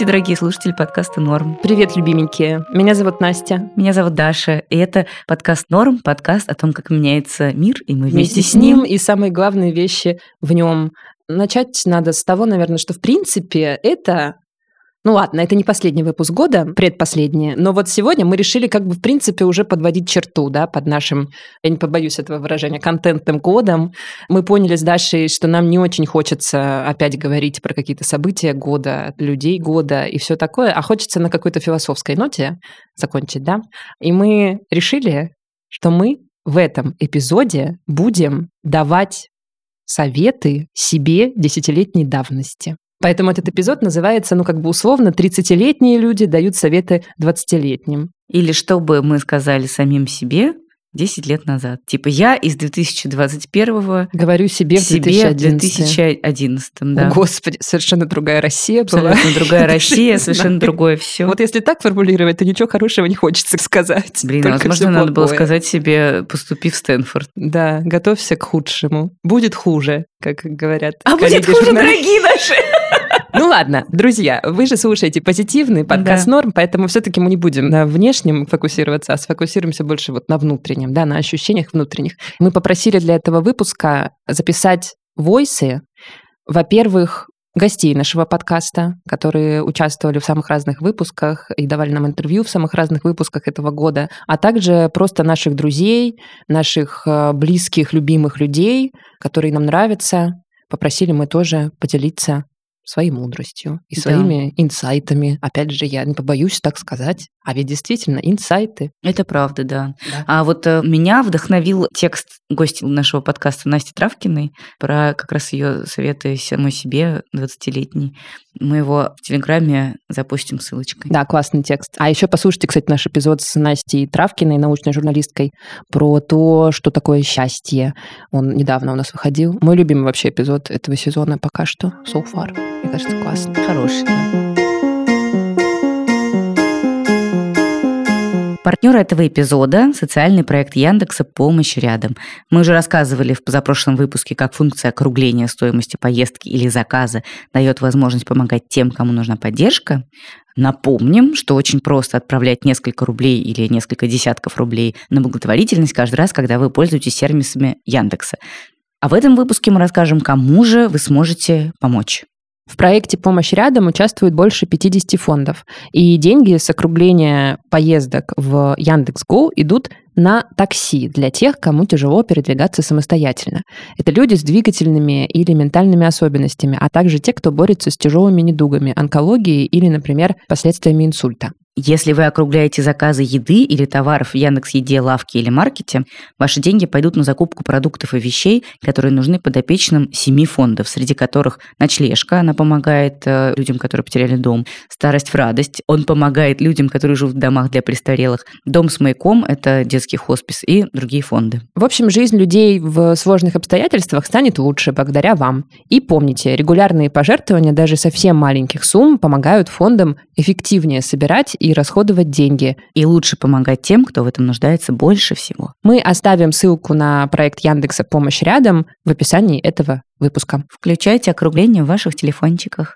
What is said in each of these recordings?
дорогие слушатели подкаста «Норм». Привет, любименькие. Меня зовут Настя. Меня зовут Даша. И это подкаст «Норм», подкаст о том, как меняется мир, и мы вместе с ним. И самые главные вещи в нем. Начать надо с того, наверное, что в принципе это... Ну ладно, это не последний выпуск года, предпоследний, но вот сегодня мы решили как бы в принципе уже подводить черту, да, под нашим, я не побоюсь этого выражения, контентным годом. Мы поняли с Дашей, что нам не очень хочется опять говорить про какие-то события года, людей года и все такое, а хочется на какой-то философской ноте закончить, да. И мы решили, что мы в этом эпизоде будем давать советы себе десятилетней давности. Поэтому этот эпизод называется, ну, как бы условно, 30-летние люди дают советы 20-летним. Или что бы мы сказали самим себе 10 лет назад. Типа я из 2021-го говорю себе в 2011. Да. О, Господи, совершенно другая Россия была. Абсолютно другая Россия, совершенно другое все. Вот если так формулировать, то ничего хорошего не хочется сказать. Блин, возможно, надо было сказать себе, поступи в Стэнфорд. Да, готовься к худшему. Будет хуже, как говорят. А будет хуже, дорогие наши! Ну ладно, друзья, вы же слушаете позитивный подкаст «Норм», поэтому все-таки мы не будем на внешнем фокусироваться, а сфокусируемся больше вот на внутреннем, да, на ощущениях внутренних. Мы попросили для этого выпуска записать войсы, во-первых, гостей нашего подкаста, которые участвовали в самых разных выпусках и давали нам интервью в самых разных выпусках этого года, а также просто наших друзей, наших близких, любимых людей, которые нам нравятся. Попросили мы тоже поделиться своей мудростью и своими инсайтами. Опять же, я не побоюсь так сказать. А ведь действительно, инсайты. Это правда, да. А вот меня вдохновил текст гостя нашего подкаста Насти Травкиной про как раз ее советы самой себе 20-летней. Мы его в Телеграме запустим ссылочкой. Да, классный текст. А еще послушайте, кстати, наш эпизод с Настей Травкиной, научной журналисткой, про то, что такое счастье. Он недавно у нас выходил. Мой любимый вообще эпизод этого сезона пока что. So far. Мне кажется, классно. Хороший, да. Партнер этого эпизода – социальный проект Яндекса «Помощь рядом». Мы уже рассказывали в позапрошлом выпуске, как функция округления стоимости поездки или заказа дает возможность помогать тем, кому нужна поддержка. Напомним, что очень просто отправлять несколько рублей или несколько десятков рублей на благотворительность каждый раз, когда вы пользуетесь сервисами Яндекса. А в этом выпуске мы расскажем, кому же вы сможете помочь. В проекте «Помощь рядом» участвует больше 50 фондов, и деньги с округления поездок в Яндекс.Го идут на такси для тех, кому тяжело передвигаться самостоятельно. Это люди с двигательными или ментальными особенностями, а также те, кто борется с тяжелыми недугами, онкологией или, например, последствиями инсульта. Если вы округляете заказы еды или товаров в Яндекс.Еде, лавке или маркете, ваши деньги пойдут на закупку продуктов и вещей, которые нужны подопечным 7 фондов, среди которых «Ночлежка», она помогает людям, которые потеряли дом, «Старость в радость», он помогает людям, которые живут в домах для престарелых, «Дом с маяком» — это детский хоспис и другие фонды. В общем, жизнь людей в сложных обстоятельствах станет лучше благодаря вам. И помните, регулярные пожертвования даже совсем маленьких сумм помогают фондам эффективнее собирать и расходовать деньги. И лучше помогать тем, кто в этом нуждается больше всего. Мы оставим ссылку на проект Яндекса «Помощь рядом» в описании этого выпуска. Включайте округление в ваших телефончиках.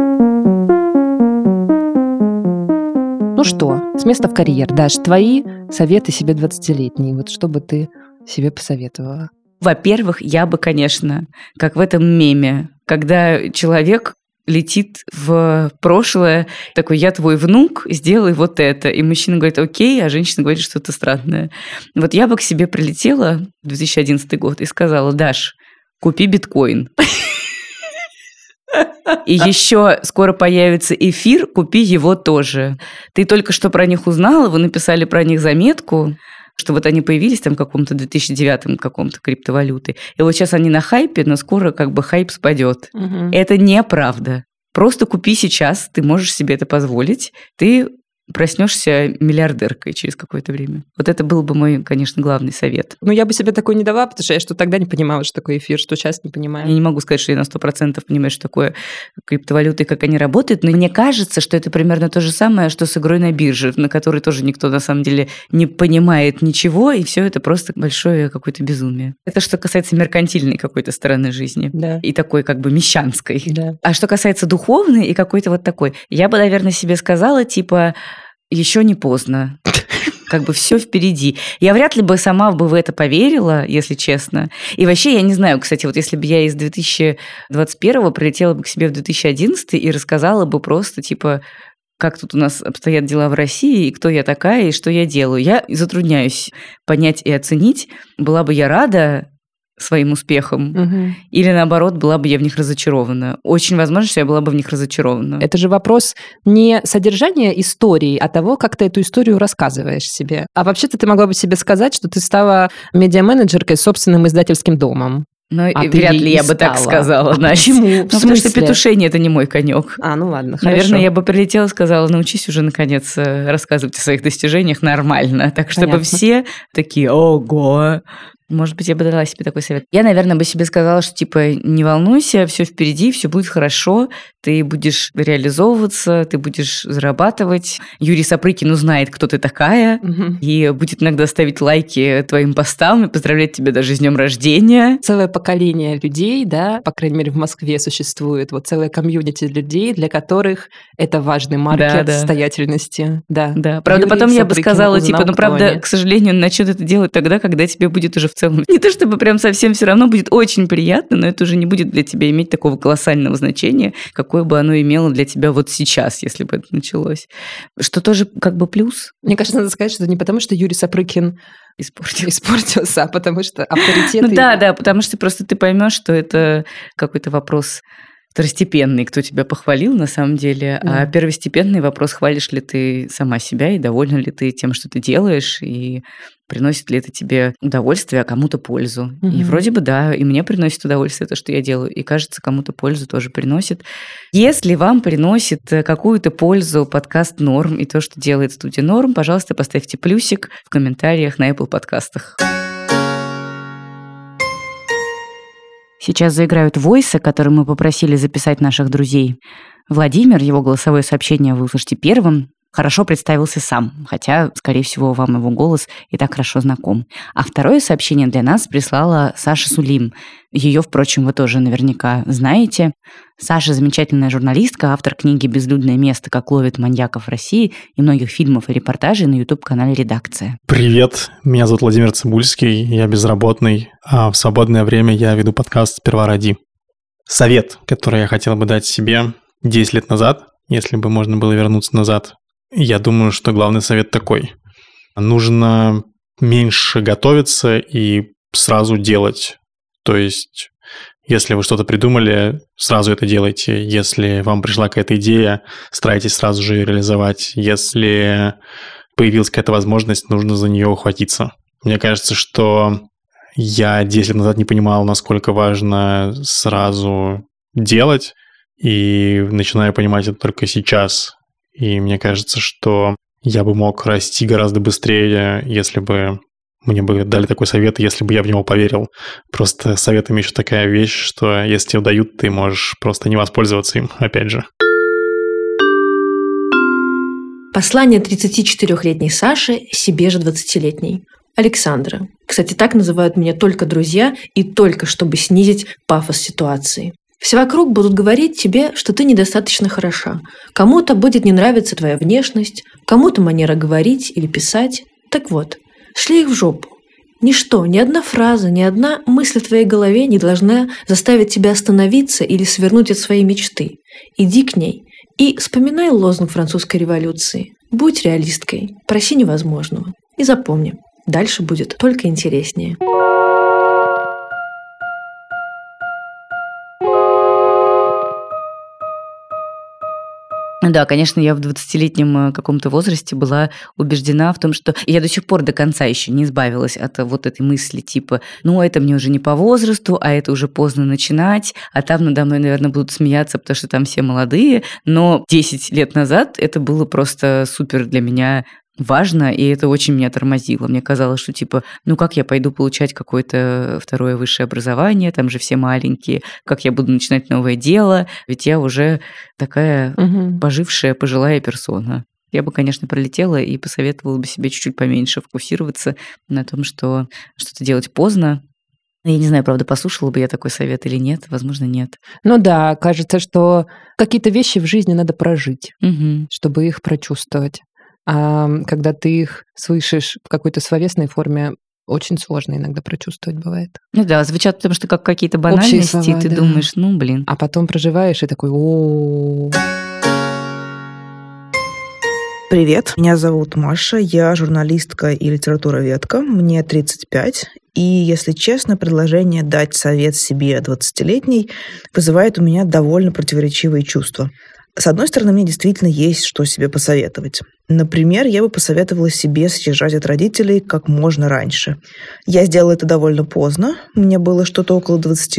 Ну что, с места в карьер. Даш, твои советы себе 20-летние. Вот что бы ты себе посоветовала? Во-первых, я бы, конечно, как в этом меме, когда человек летит в прошлое, такой, я твой внук, сделай вот это. И мужчина говорит, окей, а женщина говорит что-то странное. Вот я бы к себе прилетела в 2011 год и сказала, Даш, купи биткоин. И еще скоро появится эфир, купи его тоже. Ты только что про них узнала, вы написали про них заметку, что вот они появились там в каком-то 2009 каком-то криптовалюты. И вот сейчас они на хайпе, но скоро как бы хайп спадет. Это неправда. Просто купи сейчас, ты можешь себе это позволить. Ты проснешься миллиардеркой через какое-то время. Вот это был бы мой, конечно, главный совет. Ну, я бы себе такой не дала, потому что я что тогда не понимала, что такое эфир, что сейчас не понимаю. Я не могу сказать, что я на 100% понимаю, что такое криптовалюты, как они работают, но мне кажется, что это примерно то же самое, что с игрой на бирже, на которой тоже никто на самом деле не понимает ничего, и все это просто большое какое-то безумие. Это что касается меркантильной какой-то стороны жизни. Да. И такой как бы мещанской. Да. А что касается духовной и какой-то вот такой, я бы, наверное, себе сказала, типа, еще не поздно. Как бы все впереди. Я вряд ли бы сама бы в это поверила, если честно. И вообще, я не знаю, кстати, вот если бы я из 2021 прилетела бы к себе в 2011 и рассказала бы просто, типа, как тут у нас обстоят дела в России, и кто я такая, и что я делаю. Я затрудняюсь понять и оценить, была бы я рада своим успехом, или наоборот, была бы я в них разочарована. Очень возможно, что я была бы в них разочарована. Это же вопрос не содержания истории, а того, как ты эту историю рассказываешь себе. А вообще-то ты могла бы себе сказать, что ты стала медиа-менеджеркой с собственным издательским домом. Но вряд ли я бы так сказала, Настя. Почему? Потому что петушение – это не мой конек. Ну ладно, хорошо. Наверное, я бы прилетела и сказала, научись уже, наконец, рассказывать о своих достижениях нормально. Так, чтобы все такие, ого. Может быть, я бы дала себе такой совет. Я, наверное, бы себе сказала, что, типа, не волнуйся, все впереди, все будет хорошо, ты будешь реализовываться, ты будешь зарабатывать. Юрий Сапрыкин узнает, кто ты такая, и будет иногда ставить лайки твоим постам и поздравлять тебя даже с днем рождения. Целое поколение людей, да, по крайней мере, в Москве существует, вот целое комьюнити людей, для которых это важный маркер состоятельности. Да. Правда, Юрий потом я бы Сапрыкин сказала, узнал, типа, ну, правда, они. к сожалению, он начнет это делать тогда, когда тебе будет уже в целом не то чтобы прям совсем все равно, будет очень приятно, но это уже не будет для тебя иметь такого колоссального значения, какое бы оно имело для тебя вот сейчас, если бы это началось. Что тоже как бы плюс. Мне кажется, надо сказать, что это не потому, что Юрий Сапрыкин испортился, а потому что авторитет... Ну да, потому что просто ты поймешь, что это какой-то вопрос второстепенный, кто тебя похвалил на самом деле, а первостепенный вопрос, хвалишь ли ты сама себя и довольна ли ты тем, что ты делаешь, и приносит ли это тебе удовольствие, а кому-то пользу. И вроде бы да, и мне приносит удовольствие то, что я делаю, и кажется, кому-то пользу тоже приносит. Если вам приносит какую-то пользу подкаст «Норм» и то, что делает студия «Норм», пожалуйста, поставьте плюсик в комментариях на Apple подкастах. Сейчас заиграют войсы, которые мы попросили записать наших друзей. Владимир, его голосовое сообщение вы услышите первым, хорошо представился сам, хотя, скорее всего, вам его голос и так хорошо знаком. А второе сообщение для нас прислала Саша Сулим. Ее, впрочем, вы тоже наверняка знаете. Саша – замечательная журналистка, автор книги «Безлюдное место. Как ловят маньяков в России» и многих фильмов и репортажей на YouTube-канале «Редакция». Привет, меня зовут Владимир Цибульский, я безработный, а в свободное время я веду подкаст «Сперва ради». Совет, который я хотел бы дать себе 10 лет назад, если бы можно было вернуться назад, я думаю, что главный совет такой. Нужно меньше готовиться и сразу делать. То есть, если вы что-то придумали, сразу это делайте. Если вам пришла какая-то идея, старайтесь сразу же ее реализовать. Если появилась какая-то возможность, нужно за нее ухватиться. Мне кажется, что я 10 лет назад не понимал, насколько важно сразу делать, и начинаю понимать это только сейчас. И мне кажется, что я бы мог расти гораздо быстрее, если бы мне бы дали такой совет, если бы я в него поверил. Просто советами еще такая вещь, что если тебе дают, ты можешь просто не воспользоваться им, опять же. Послание 34-летней Саши себе же 20-летней. Александра. Кстати, так называют меня только друзья и только чтобы снизить пафос ситуации. Все вокруг будут говорить тебе, что ты недостаточно хороша. Кому-то будет не нравиться твоя внешность, кому-то манера говорить или писать. Так вот, шли их в жопу. Ничто, ни одна фраза, ни одна мысль в твоей голове не должна заставить тебя остановиться или свернуть от своей мечты. Иди к ней и вспоминай лозунг французской революции. Будь реалисткой, проси невозможного. И запомни, дальше будет только интереснее. да, конечно, я в 20-летнем каком-то возрасте была убеждена в том, что я до сих пор до конца еще не избавилась от вот этой мысли, типа, ну, это мне уже не по возрасту, а это уже поздно начинать, а там надо мной, наверное, будут смеяться, потому что там все молодые. Но 10 лет назад это было просто супер для меня важно, и это очень меня тормозило. Мне казалось, что типа, ну как я пойду получать какое-то второе высшее образование, там же все маленькие, как я буду начинать новое дело, ведь я уже такая пожившая, пожилая персона. Я бы, конечно, пролетела и посоветовала бы себе чуть-чуть поменьше фокусироваться на том, что что-то делать поздно. Я не знаю, правда, послушала бы я такой совет или нет, возможно, нет. Ну да, кажется, что какие-то вещи в жизни надо прожить, чтобы их прочувствовать. А когда ты их слышишь в какой-то словесной форме, очень сложно иногда прочувствовать бывает. Ну да, звучат, потому что как какие-то банальности, слова, ты думаешь, ну блин. А потом проживаешь и такой, о. Привет, меня зовут Маша, я журналистка и литературоведка, мне 35, и, если честно, предложение дать совет себе 20-летней вызывает у меня довольно противоречивые чувства. С одной стороны, мне действительно есть что себе посоветовать. Например, я бы посоветовала себе съезжать от родителей как можно раньше. Я сделала это довольно поздно, мне было что-то около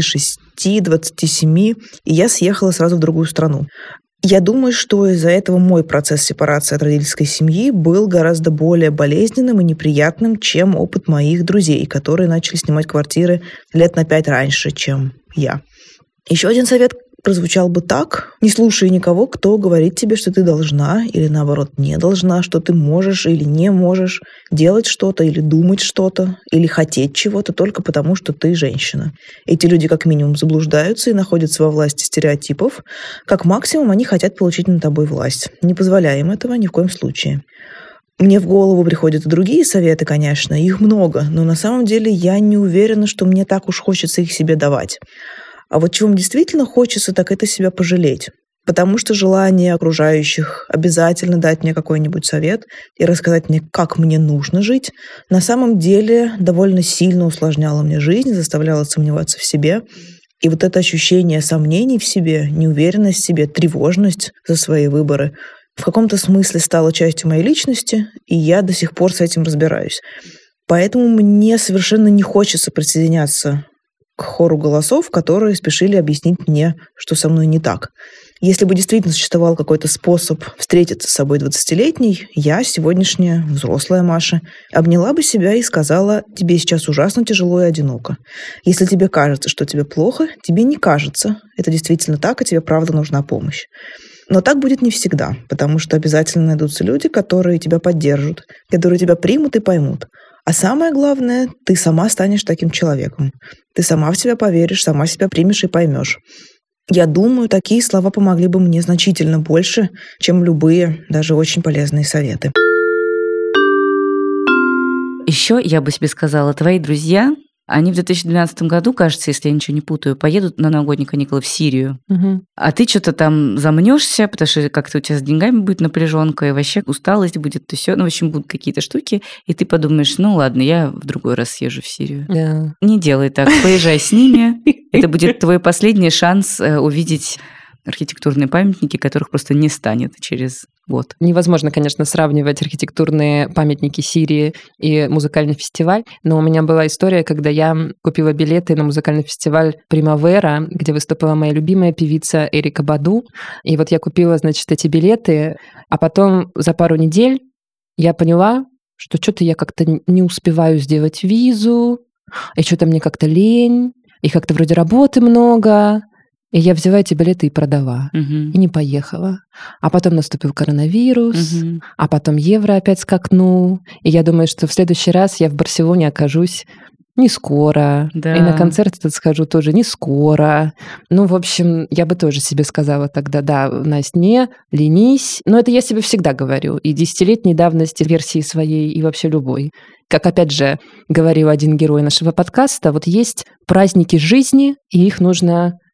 26-27, и я съехала сразу в другую страну. Я думаю, что из-за этого мой процесс сепарации от родительской семьи был гораздо более болезненным и неприятным, чем опыт моих друзей, которые начали снимать квартиры лет на 5 раньше, чем я. Еще один совет прозвучал бы так: не слушай никого, кто говорит тебе, что ты должна или, наоборот, не должна, что ты можешь или не можешь делать что-то или думать что-то, или хотеть чего-то только потому, что ты женщина. Эти люди как минимум заблуждаются и находятся во власти стереотипов. Как максимум они хотят получить над тобой власть. Не позволяй им этого ни в коем случае. Мне в голову приходят и другие советы, конечно, их много, но на самом деле я не уверена, что мне так уж хочется их себе давать. А вот чего мне действительно хочется, так это себя пожалеть. Потому что желание окружающих обязательно дать мне какой-нибудь совет и рассказать мне, как мне нужно жить, на самом деле довольно сильно усложняло мне жизнь, заставляло сомневаться в себе. И вот это ощущение сомнений в себе, неуверенность в себе, тревожность за свои выборы в каком-то смысле стало частью моей личности, и я до сих пор с этим разбираюсь. Поэтому мне совершенно не хочется присоединяться к хору голосов, которые спешили объяснить мне, что со мной не так. Если бы действительно существовал какой-то способ встретиться с собой 20-летней, я, сегодняшняя взрослая Маша, обняла бы себя и сказала: тебе сейчас ужасно тяжело и одиноко. Если тебе кажется, что тебе плохо, тебе не кажется. Это действительно так, и тебе правда нужна помощь. Но так будет не всегда, потому что обязательно найдутся люди, которые тебя поддержат, которые тебя примут и поймут. А самое главное, ты сама станешь таким человеком. Ты сама в себя поверишь, сама себя примешь и поймешь. Я думаю, такие слова помогли бы мне значительно больше, чем любые, даже очень полезные советы. Еще я бы себе сказала, твои друзья, они в 2012 году, кажется, если я ничего не путаю, поедут на новогодние каникулы в Сирию. А ты что-то там замнешься, потому что как-то у тебя с деньгами будет напряженка, и вообще усталость будет, и все. Ну, в общем, будут какие-то штуки, и ты подумаешь, ну ладно, я в другой раз съезжу в Сирию. Да. Не делай так, поезжай с ними. Это будет твой последний шанс увидеть архитектурные памятники, которых просто не станет через год. Невозможно, конечно, сравнивать архитектурные памятники Сирии и музыкальный фестиваль, но у меня была история, когда я купила билеты на музыкальный фестиваль «Примавера», где выступала моя любимая певица Эрика Баду. И вот я купила, значит, эти билеты, а потом за пару недель я поняла, что что-то я как-то не успеваю сделать визу, и что-то мне как-то лень, и как-то вроде работы много. И я взяла эти билеты и продала. И не поехала. А потом наступил коронавирус, а потом евро опять скакнул. И я думаю, что в следующий раз я в Барселоне окажусь не скоро. Да. И на концерт этот схожу тоже не скоро. Ну, в общем, я бы тоже себе сказала тогда: да, Настя, не ленись. Но это я себе всегда говорю. И 10-летней давности версии своей, и вообще любой. Как, опять же, говорил один герой нашего подкаста, вот есть праздники жизни, и их нужно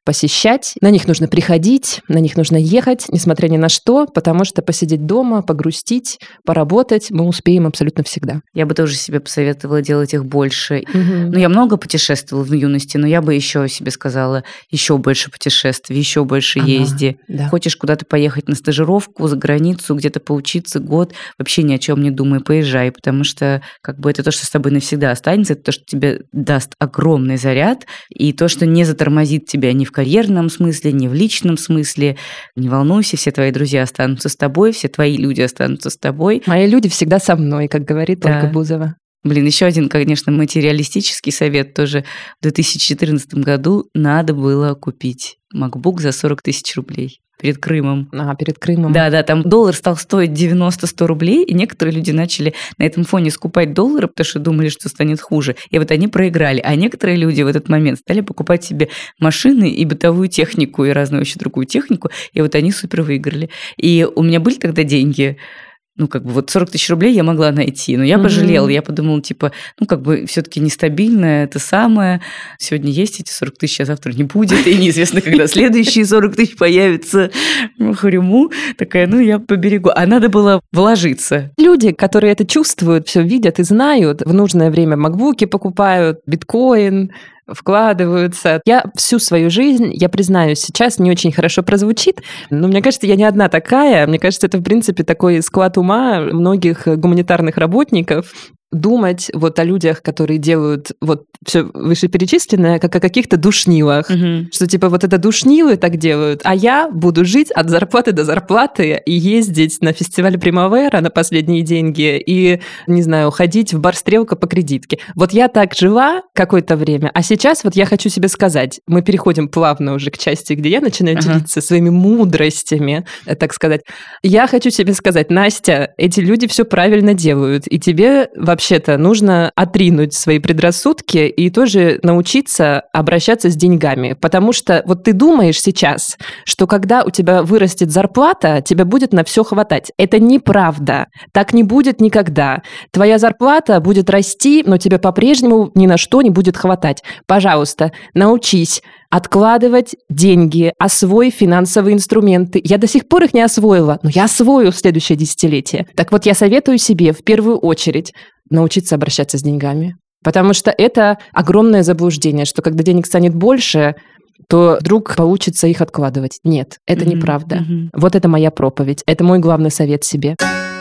посещать, на них нужно приходить, на них нужно ехать, несмотря ни на что, потому что посидеть дома, погрустить, поработать мы успеем абсолютно всегда. Я бы тоже себе посоветовала делать их больше. Ну, я много путешествовала в юности, но я бы еще себе сказала, еще больше путешествий, еще больше езди. Да. Хочешь куда-то поехать на стажировку, за границу, где-то поучиться год, вообще ни о чем не думай, поезжай, потому что как бы это то, что с тобой навсегда останется, это то, что тебе даст огромный заряд, и то, что не затормозит тебя ни в карьерном смысле, ни в личном смысле. Не волнуйся, все твои друзья останутся с тобой, все твои люди останутся с тобой. Мои люди всегда со мной, как говорит Ольга Бузова. Блин, еще один, конечно, материалистический совет тоже. В 2014 году надо было купить MacBook за 40 тысяч рублей. Перед Крымом. Перед Крымом. Да, там доллар стал стоить 90-100 рублей, и некоторые люди начали на этом фоне скупать доллары, потому что думали, что станет хуже. И вот они проиграли. А некоторые люди в этот момент стали покупать себе машины и бытовую технику, и разную вообще другую технику, и вот они супер выиграли. И у меня были тогда деньги... Ну, как бы вот 40 тысяч рублей я могла найти, но я пожалела. Я подумала, типа, ну, как бы все-таки нестабильное это самое. Сегодня есть эти 40 тысяч, а завтра не будет, и неизвестно, когда следующие 40 тысяч появятся. Хрюму. Такая, ну, я поберегу. А надо было вложиться. Люди, которые это чувствуют, все видят и знают, в нужное время макбуки покупают, биткоин, вкладываются. Я всю свою жизнь, я признаюсь, сейчас не очень хорошо прозвучит, но мне кажется, я не одна такая. Мне кажется, это, в принципе, такой склад ума многих гуманитарных работников. Думать вот о людях, которые делают вот все вышеперечисленное, как о каких-то душнилах. Что типа вот это душнилы так делают, а я буду жить от зарплаты до зарплаты и ездить на фестиваль Примавера на последние деньги и, не знаю, ходить в бар «Стрелка» по кредитке. Вот я так жила какое-то время, а сейчас вот я хочу себе сказать, мы переходим плавно уже к части, где я начинаю делиться своими мудростями, так сказать. Я хочу себе сказать, Настя, эти люди все правильно делают, и тебе вообще-то нужно отринуть свои предрассудки и тоже научиться обращаться с деньгами. Потому что вот ты думаешь сейчас, что когда у тебя вырастет зарплата, тебе будет на все хватать. Это неправда. Так не будет никогда. Твоя зарплата будет расти, но тебе по-прежнему ни на что не будет хватать. Пожалуйста, научись откладывать деньги, освой финансовые инструменты. Я до сих пор их не освоила, но я освою в следующее десятилетие. Так вот, я советую себе в первую очередь научиться обращаться с деньгами. Потому что это огромное заблуждение, что когда денег станет больше, то вдруг получится их откладывать. Нет, это неправда. Вот это моя проповедь. Это мой главный совет себе.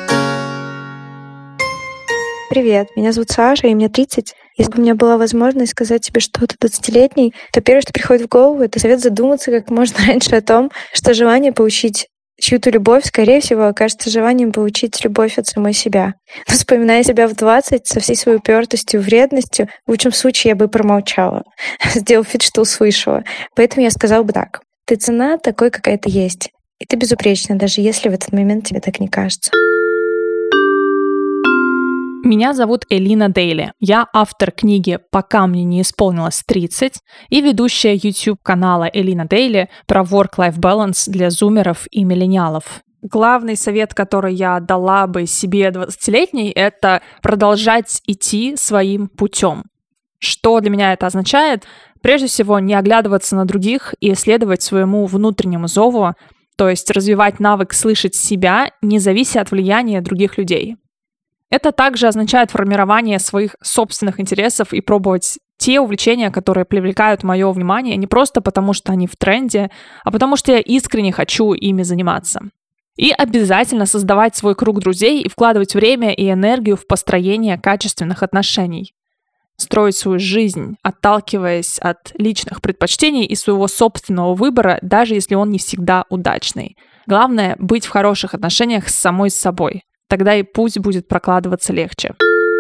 Привет, меня зовут Саша, и мне 30. Если бы у меня была возможность сказать тебе что-то 20-летней, то первое, что приходит в голову, это совет задуматься как можно раньше о том, что желание получить чью-то любовь, скорее всего, окажется желанием получить любовь от самой себя. Но вспоминая себя в 20 со всей своей упертостью, вредностью, в лучшем случае я бы промолчала, сделав вид, что услышала. Поэтому я сказала бы так. Ты ценна такой, какая ты есть. И ты безупречна, даже если в этот момент тебе так не кажется. Меня зовут Элина Дейли. Я автор книги «Пока мне не исполнилось 30» и ведущая YouTube-канала Элина Дейли про work-life balance для зумеров и миллениалов. Главный совет, который я дала бы себе 20-летней, это продолжать идти своим путем. Что для меня это означает? Прежде всего, не оглядываться на других и следовать своему внутреннему зову, то есть развивать навык слышать себя, не завися от влияния других людей. Это также означает формирование своих собственных интересов и пробовать те увлечения, которые привлекают мое внимание, не просто потому, что они в тренде, а потому что я искренне хочу ими заниматься. И обязательно создавать свой круг друзей и вкладывать время и энергию в построение качественных отношений. Строить свою жизнь, отталкиваясь от личных предпочтений и своего собственного выбора, даже если он не всегда удачный. Главное — быть в хороших отношениях с самой собой. Тогда и путь будет прокладываться легче.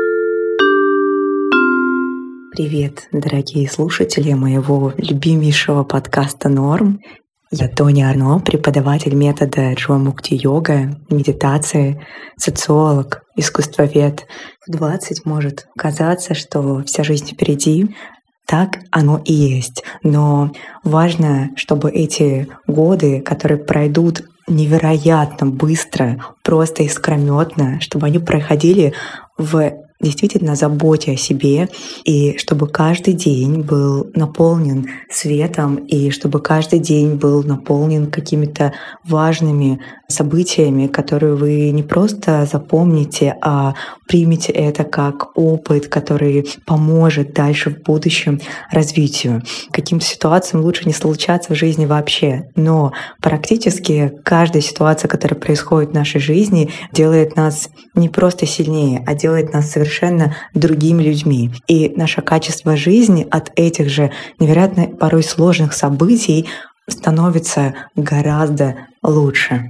Привет, дорогие слушатели моего любимейшего подкаста «Норм». Я Тоня Арно, преподаватель метода Дживамукти-йога, медитации, социолог, искусствовед. В 20 может казаться, что вся жизнь впереди. Так оно и есть. Но важно, чтобы эти годы, которые пройдут невероятно быстро, просто искрометно, чтобы они проходили в действительно заботе о себе, и чтобы каждый день был наполнен светом, и чтобы каждый день был наполнен какими-то важными событиями, которые вы не просто запомните, а примите это как опыт, который поможет дальше в будущем развитию. Каким-то ситуациям лучше не случаться в жизни вообще, но практически каждая ситуация, которая происходит в нашей жизни, делает нас не просто сильнее, а делает нас совершенно другими людьми. И наше качество жизни от этих же невероятно порой сложных событий становится гораздо лучше.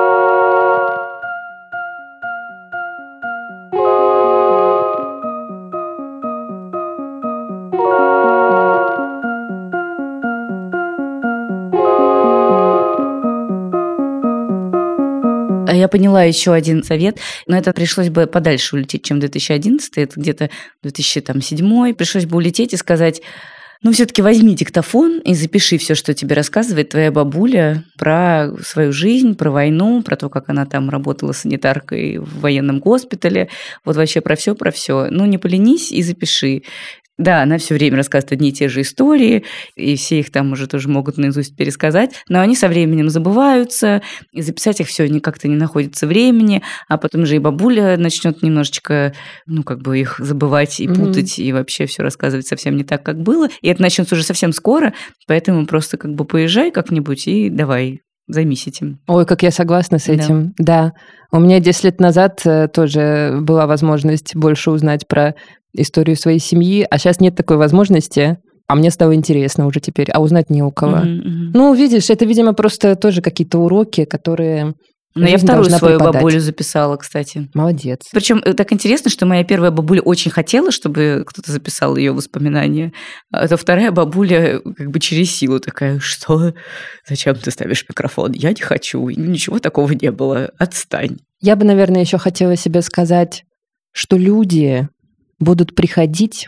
Я поняла еще один совет, но это пришлось бы подальше улететь, чем 2011, это где-то 2007. Пришлось бы улететь и сказать: ну, все-таки возьми диктофон и запиши все, что тебе рассказывает твоя бабуля про свою жизнь, про войну, про то, как она там работала санитаркой в военном госпитале, вот вообще про все, про все. Ну, не поленись и запиши. Да, она все время рассказывает одни и те же истории, и все их там уже тоже могут наизусть пересказать, но они со временем забываются, и записать их все как-то не находится времени, а потом же и бабуля начнет немножечко, их забывать и путать, и вообще все рассказывать совсем не так, как было, и это начнется уже совсем скоро, поэтому просто поезжай как-нибудь и давай. Займись этим. Ой, как я согласна с этим. Да. У меня 10 лет назад тоже была возможность больше узнать про историю своей семьи, а сейчас нет такой возможности, а мне стало интересно уже теперь, а узнать не у кого. Ну, видишь, это, видимо, просто тоже какие-то уроки, которые... Но я вторую свою бабулю записала, кстати. Молодец. Причем так интересно, что моя первая бабуля очень хотела, чтобы кто-то записал ее воспоминания, а вторая бабуля через силу такая: что? Зачем ты ставишь микрофон? Я не хочу. Ничего такого не было. Отстань. Я бы, наверное, еще хотела себе сказать, что люди будут приходить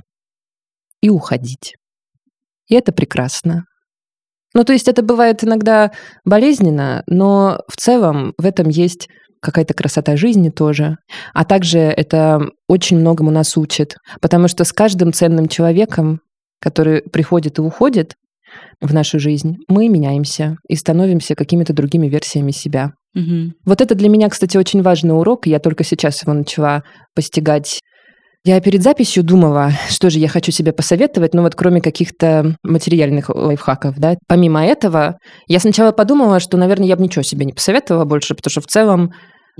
и уходить. И это прекрасно. То есть это бывает иногда болезненно, но в целом в этом есть какая-то красота жизни тоже. А также это очень многому нас учит, потому что с каждым ценным человеком, который приходит и уходит в нашу жизнь, мы меняемся и становимся какими-то другими версиями себя. Вот это для меня, кстати, очень важный урок, и я только сейчас его начала постигать. Я перед записью думала, что же я хочу себе посоветовать, кроме каких-то материальных лайфхаков, да. Помимо этого, я сначала подумала, что, наверное, я бы ничего себе не посоветовала больше, потому что в целом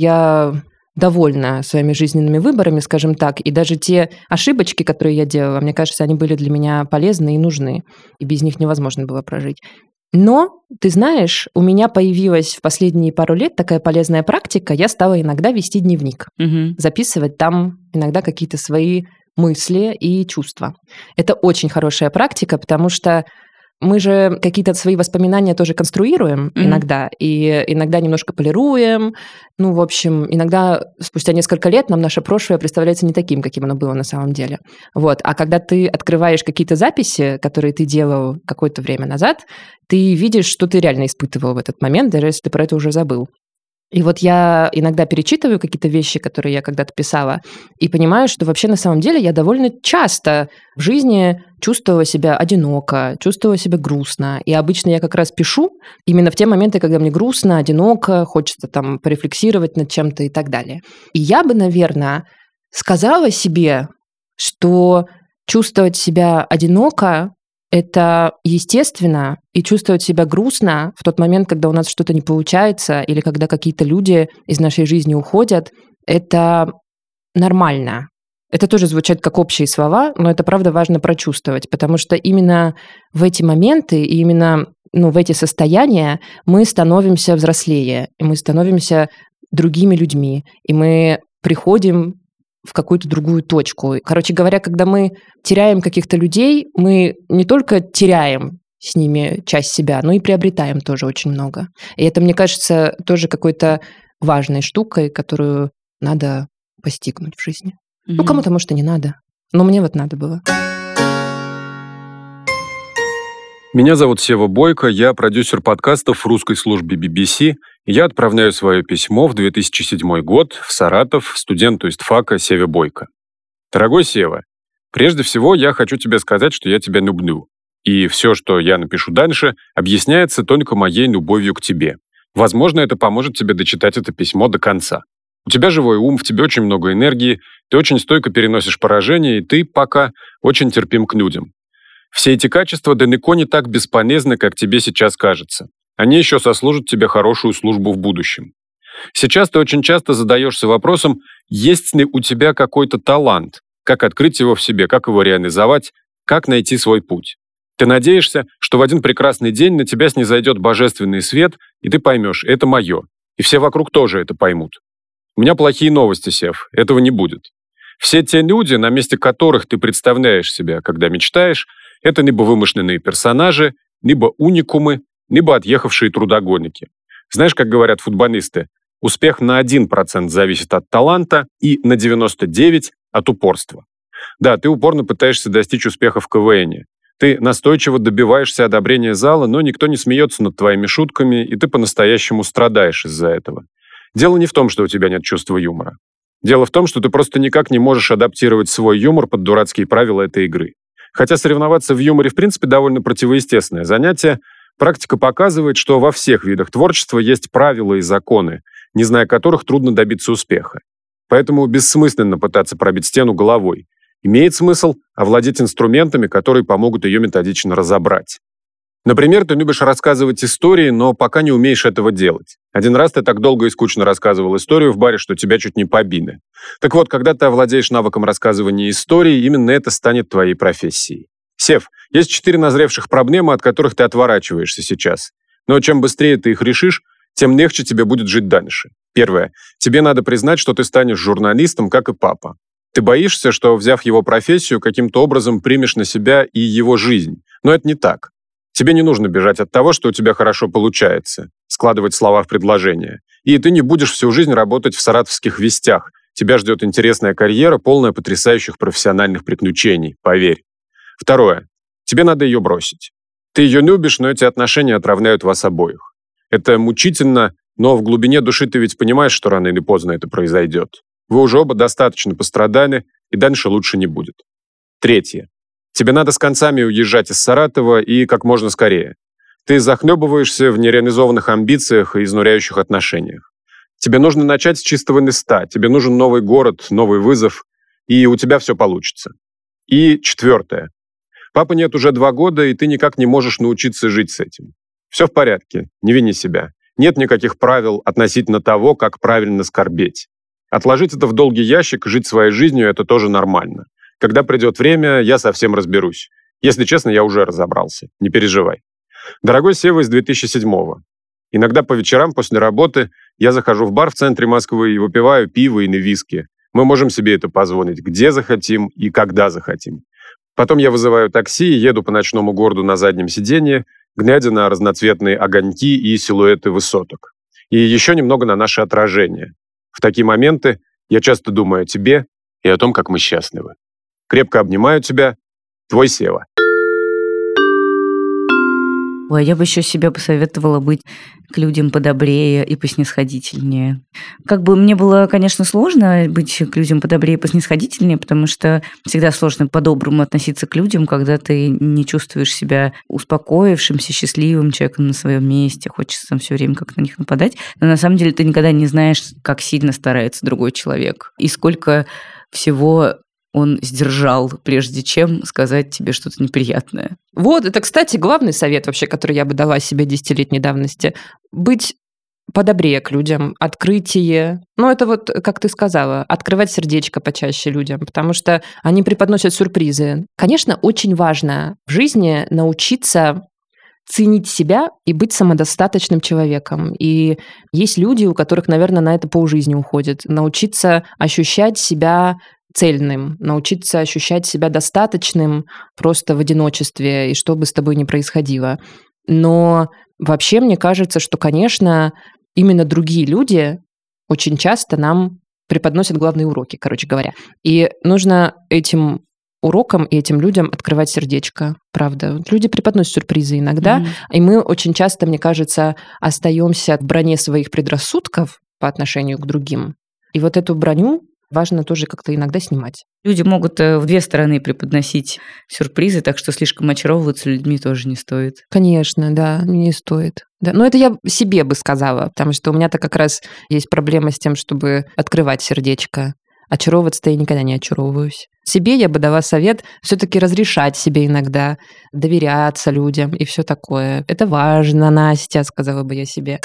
я довольна своими жизненными выборами, скажем так, и даже те ошибочки, которые я делала, мне кажется, они были для меня полезны и нужны, и без них невозможно было прожить. Но, ты знаешь, у меня появилась в последние пару лет такая полезная практика. Я стала иногда вести дневник, записывать там иногда какие-то свои мысли и чувства. Это очень хорошая практика, потому что мы же какие-то свои воспоминания тоже конструируем иногда, и иногда немножко полируем. В общем, иногда спустя несколько лет нам наше прошлое представляется не таким, каким оно было на самом деле. Вот. А когда ты открываешь какие-то записи, которые ты делал какое-то время назад, ты видишь, что ты реально испытывал в этот момент, даже если ты про это уже забыл. И вот я иногда перечитываю какие-то вещи, которые я когда-то писала, и понимаю, что вообще на самом деле я довольно часто в жизни чувствовала себя одиноко, чувствовала себя грустно. И обычно я как раз пишу именно в те моменты, когда мне грустно, одиноко, хочется там порефлексировать над чем-то и так далее. И я бы, наверное, сказала себе, что чувствовать себя одиноко – это естественно, и чувствовать себя грустно в тот момент, когда у нас что-то не получается, или когда какие-то люди из нашей жизни уходят, это нормально. Это тоже звучат как общие слова, но это правда важно прочувствовать, потому что именно в эти моменты и именно в эти состояния мы становимся взрослее, и мы становимся другими людьми, и мы приходим в какую-то другую точку. Короче говоря, когда мы теряем каких-то людей, мы не только теряем с ними часть себя, но и приобретаем тоже очень много. И это, мне кажется, тоже какой-то важной штукой, которую надо постигнуть в жизни. Кому-то, может, и не надо. Но мне вот надо было. Меня зовут Сева Бойко, я продюсер подкастов в русской службе BBC. Я отправляю свое письмо в 2007 год в Саратов студенту истфака Севе Бойко. Дорогой Сева, прежде всего я хочу тебе сказать, что я тебя люблю. И все, что я напишу дальше, объясняется только моей любовью к тебе. Возможно, это поможет тебе дочитать это письмо до конца. У тебя живой ум, в тебе очень много энергии, ты очень стойко переносишь поражение, и ты пока очень терпим к людям. Все эти качества далеко не так бесполезны, как тебе сейчас кажется. Они еще сослужат тебе хорошую службу в будущем. Сейчас ты очень часто задаешься вопросом, есть ли у тебя какой-то талант, как открыть его в себе, как его реализовать, как найти свой путь. Ты надеешься, что в один прекрасный день на тебя снизойдет божественный свет, и ты поймешь, это мое, и все вокруг тоже это поймут. У меня плохие новости, Сев, этого не будет. Все те люди, на месте которых ты представляешь себя, когда мечтаешь, это либо вымышленные персонажи, либо уникумы, либо отъехавшие трудоголики. Знаешь, как говорят футболисты, успех на 1% зависит от таланта и на 99% от упорства. Да, ты упорно пытаешься достичь успеха в КВНе. Ты настойчиво добиваешься одобрения зала, но никто не смеется над твоими шутками, и ты по-настоящему страдаешь из-за этого. Дело не в том, что у тебя нет чувства юмора. Дело в том, что ты просто никак не можешь адаптировать свой юмор под дурацкие правила этой игры. Хотя соревноваться в юморе в принципе довольно противоестественное занятие, практика показывает, что во всех видах творчества есть правила и законы, не зная которых трудно добиться успеха. Поэтому бессмысленно пытаться пробить стену головой. Имеет смысл овладеть инструментами, которые помогут ее методично разобрать. Например, ты любишь рассказывать истории, но пока не умеешь этого делать. Один раз ты так долго и скучно рассказывал историю в баре, что тебя чуть не побили. Так вот, когда ты овладеешь навыком рассказывания истории, именно это станет твоей профессией. Сев, есть 4 назревших проблемы, от которых ты отворачиваешься сейчас. Но чем быстрее ты их решишь, тем легче тебе будет жить дальше. Первое. Тебе надо признать, что ты станешь журналистом, как и папа. Ты боишься, что, взяв его профессию, каким-то образом примешь на себя и его жизнь. Но это не так. Тебе не нужно бежать от того, что у тебя хорошо получается, складывать слова в предложения. И ты не будешь всю жизнь работать в саратовских вестях. Тебя ждет интересная карьера, полная потрясающих профессиональных приключений, поверь. Второе. Тебе надо ее бросить. Ты ее любишь, но эти отношения отравляют вас обоих. Это мучительно, но в глубине души ты ведь понимаешь, что рано или поздно это произойдет. Вы уже оба достаточно пострадали, и дальше лучше не будет. Третье. Тебе надо с концами уезжать из Саратова и как можно скорее. Ты захлебываешься в нереализованных амбициях и изнуряющих отношениях. Тебе нужно начать с чистого листа, тебе нужен новый город, новый вызов, и у тебя все получится. И четвертое. Папы нет уже 2 года, и ты никак не можешь научиться жить с этим. Все в порядке, не вини себя. Нет никаких правил относительно того, как правильно скорбеть. Отложить это в долгий ящик, жить своей жизнью – это тоже нормально. Когда придет время, я совсем разберусь. Если честно, я уже разобрался. Не переживай. Дорогой Сева из 2007-го. Иногда по вечерам после работы я захожу в бар в центре Москвы и выпиваю пиво или виски. Мы можем себе это позволить, где захотим и когда захотим. Потом я вызываю такси и еду по ночному городу на заднем сиденье, глядя на разноцветные огоньки и силуэты высоток. И еще немного на наше отражение. В такие моменты я часто думаю о тебе и о том, как мы счастливы. Крепко обнимаю тебя, твой Сева. Ой, я бы еще себе посоветовала быть к людям подобрее и поснисходительнее. Как бы мне было, конечно, сложно быть к людям подобрее и поснисходительнее, потому что всегда сложно по-доброму относиться к людям, когда ты не чувствуешь себя успокоившимся, счастливым человеком на своем месте, хочется там все время как на них нападать. Но на самом деле ты никогда не знаешь, как сильно старается другой человек и сколько всего он сдержал, прежде чем сказать тебе что-то неприятное. Вот, это, кстати, главный совет вообще, который я бы дала себе 10-летней давности. Быть подобрее к людям, открытие. Ну, это вот, как ты сказала, открывать сердечко почаще людям, потому что они преподносят сюрпризы. Конечно, очень важно в жизни научиться ценить себя и быть самодостаточным человеком. И есть люди, у которых, наверное, на это полжизни уходит. Научиться ощущать себя цельным, научиться ощущать себя достаточным просто в одиночестве, и что бы с тобой ни происходило. Но вообще мне кажется, что, конечно, именно другие люди очень часто нам преподносят главные уроки, короче говоря. И нужно этим урокам и этим людям открывать сердечко, правда. Люди преподносят сюрпризы иногда, и мы очень часто, мне кажется, остаемся в броне своих предрассудков по отношению к другим. И вот эту броню важно тоже как-то иногда снимать. Люди могут в две стороны преподносить сюрпризы, так что слишком очаровываться людьми тоже не стоит. Конечно, да, не стоит. Да. Но это я себе бы сказала, потому что у меня-то как раз есть проблема с тем, чтобы открывать сердечко. Очаровываться-то я никогда не очаровываюсь. Себе я бы дала совет все-таки разрешать себе иногда, доверяться людям и все такое. Это важно, Настя, сказала бы я себе.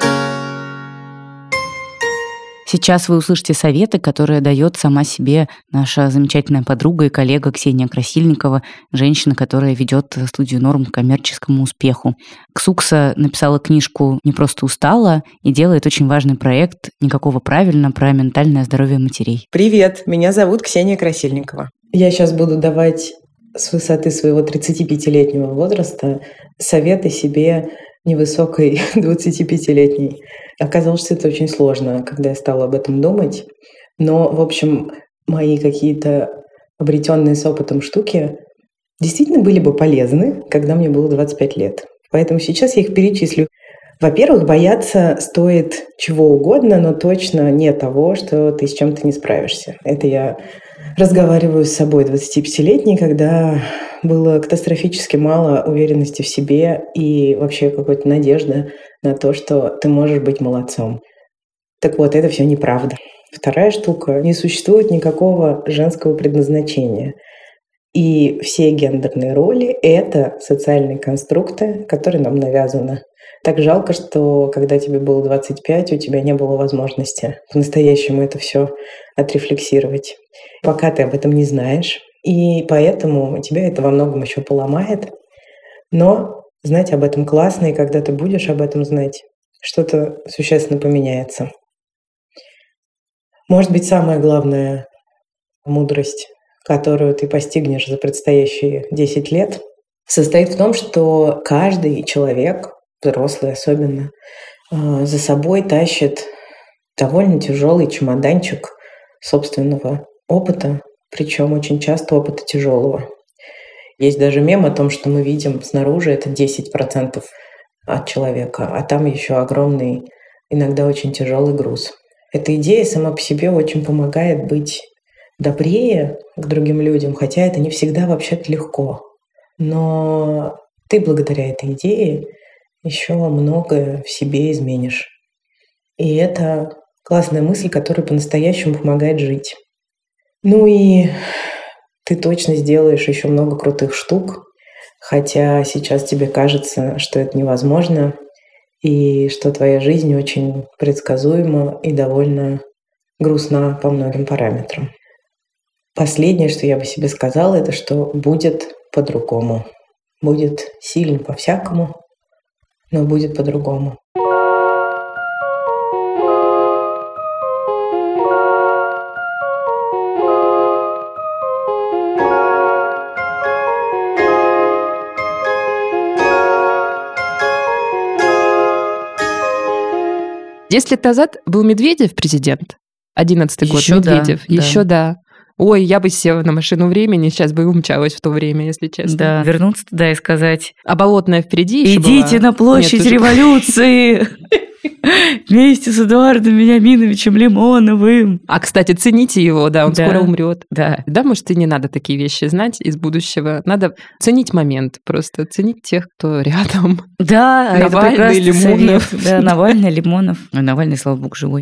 Сейчас вы услышите советы, которые дает сама себе наша замечательная подруга и коллега Ксения Красильникова, женщина, которая ведет студию «Норм» к коммерческому успеху. Ксукса написала книжку «Не просто устала» и делает очень важный проект «Никакого правильно» про ментальное здоровье матерей. Привет, меня зовут Ксения Красильникова. Я сейчас буду давать с высоты своего 35-летнего возраста советы себе невысокой 25-летней. Оказалось, что это очень сложно, когда я стала об этом думать. Но, в общем, мои какие-то обретенные с опытом штуки действительно были бы полезны, когда мне было 25 лет. Поэтому сейчас я их перечислю. Во-первых, бояться стоит чего угодно, но точно не того, что ты с чем-то не справишься. Это я разговариваю с собой 25-летней, когда было катастрофически мало уверенности в себе и вообще какой-то надежды на то, что ты можешь быть молодцом. Так вот, это все неправда. Вторая штука. Не существует никакого женского предназначения. И все гендерные роли — это социальные конструкты, которые нам навязаны. Так жалко, что когда тебе было 25, у тебя не было возможности по-настоящему это все отрефлексировать. Пока ты об этом не знаешь. И поэтому тебя это во многом еще поломает. Но знать об этом классно, и когда ты будешь об этом знать, что-то существенно поменяется. Может быть, самая главная мудрость, которую ты постигнешь за предстоящие 10 лет, состоит в том, что каждый человек, взрослый особенно, за собой тащит довольно тяжелый чемоданчик собственного опыта, причем очень часто опыта тяжелого. Есть даже мем о том, что мы видим снаружи, это 10% от человека, а там еще огромный, иногда очень тяжелый груз. Эта идея сама по себе очень помогает быть добрее к другим людям, хотя это не всегда вообще-то легко. Но ты благодаря этой идее еще многое в себе изменишь. И это классная мысль, которая по-настоящему помогает жить. Ну и ты точно сделаешь еще много крутых штук, хотя сейчас тебе кажется, что это невозможно, и что твоя жизнь очень предсказуема и довольно грустна по многим параметрам. Последнее, что я бы себе сказала, это что будет по-другому. Будет сильно по-всякому, но будет по-другому. Десять лет назад был Медведев президент, 11-й год, Еще Медведев. да, Еще да. Ой, я бы села на машину времени, сейчас бы и умчалась в то время, если честно. Да, вернуться туда и сказать: а Болотная впереди еще идите была. на площадь Нет, революции вместе с Эдуардом Вениаминовичем Лимоновым. А, кстати, цените его, да, он Да. скоро умрет. Да. Да, может, и не надо такие вещи знать из будущего. Надо ценить момент, просто ценить тех, кто рядом. Да, это Навальный, прекрасный Лимонов. совет. Да, Навальный, Лимонов. Ой, Навальный, слава богу, живой.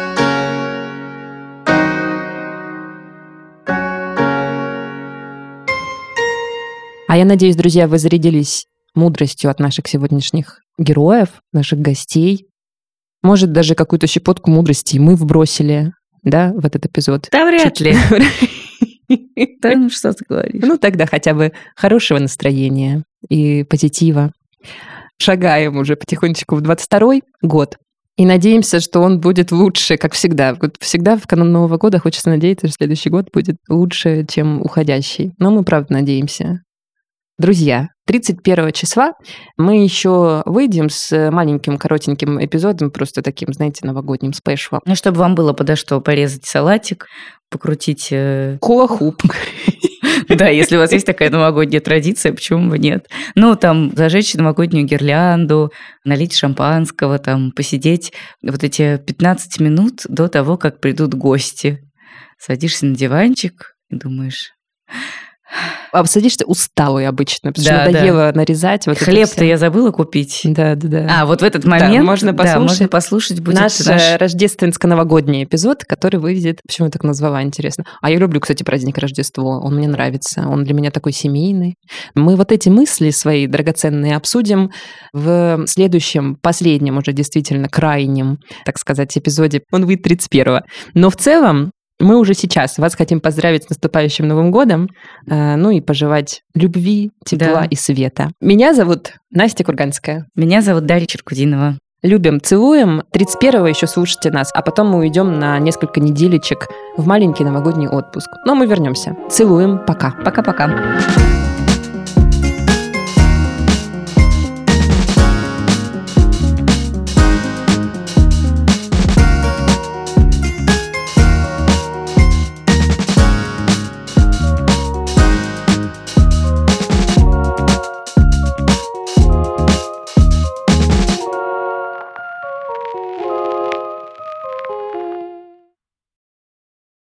А я надеюсь, друзья, вы зарядились мудростью от наших сегодняшних героев, наших гостей. Может, даже какую-то щепотку мудрости мы вбросили, да, в этот эпизод. Да вряд ли. Да ну что ты говоришь. Ну, тогда хотя бы хорошего настроения и позитива. Шагаем уже потихонечку в 22-й год. И надеемся, что он будет лучше, как всегда. Вот всегда в канун Нового года хочется надеяться, что следующий год будет лучше, чем уходящий. Но мы правда надеемся. Друзья, 31 числа мы еще выйдем с маленьким коротеньким эпизодом, просто таким, знаете, новогодним спешлом. Ну, чтобы вам было подо что порезать салатик, покрутить... Хула-хуп. Да, если у вас есть такая новогодняя традиция, почему бы нет? Ну, там, зажечь новогоднюю гирлянду, налить шампанского, там, посидеть вот эти 15 минут до того, как придут гости. садишься на диванчик и думаешь... А садишься усталый обычно, потому что надоело нарезать. Вот хлеб-то я забыла купить. Да. А, вот в этот момент можно послушать будет наш рождественско-новогодний эпизод, который выйдет... Почему я так назвала, интересно? А я люблю, кстати, праздник Рождество. Он мне нравится. Он для меня такой семейный. Мы вот эти мысли свои драгоценные обсудим в следующем, последнем уже действительно крайнем, так сказать, эпизоде. Он выйдет 31-го. Но в целом мы уже сейчас вас хотим поздравить с наступающим Новым годом, ну и пожелать любви, тепла и света. Меня зовут Настя Курганская. Меня зовут Дарья Черкудинова. Любим, целуем. 31-го еще слушайте нас, а потом мы уйдем на несколько неделечек в маленький новогодний отпуск. Но мы вернемся. Целуем. Пока. Пока-пока.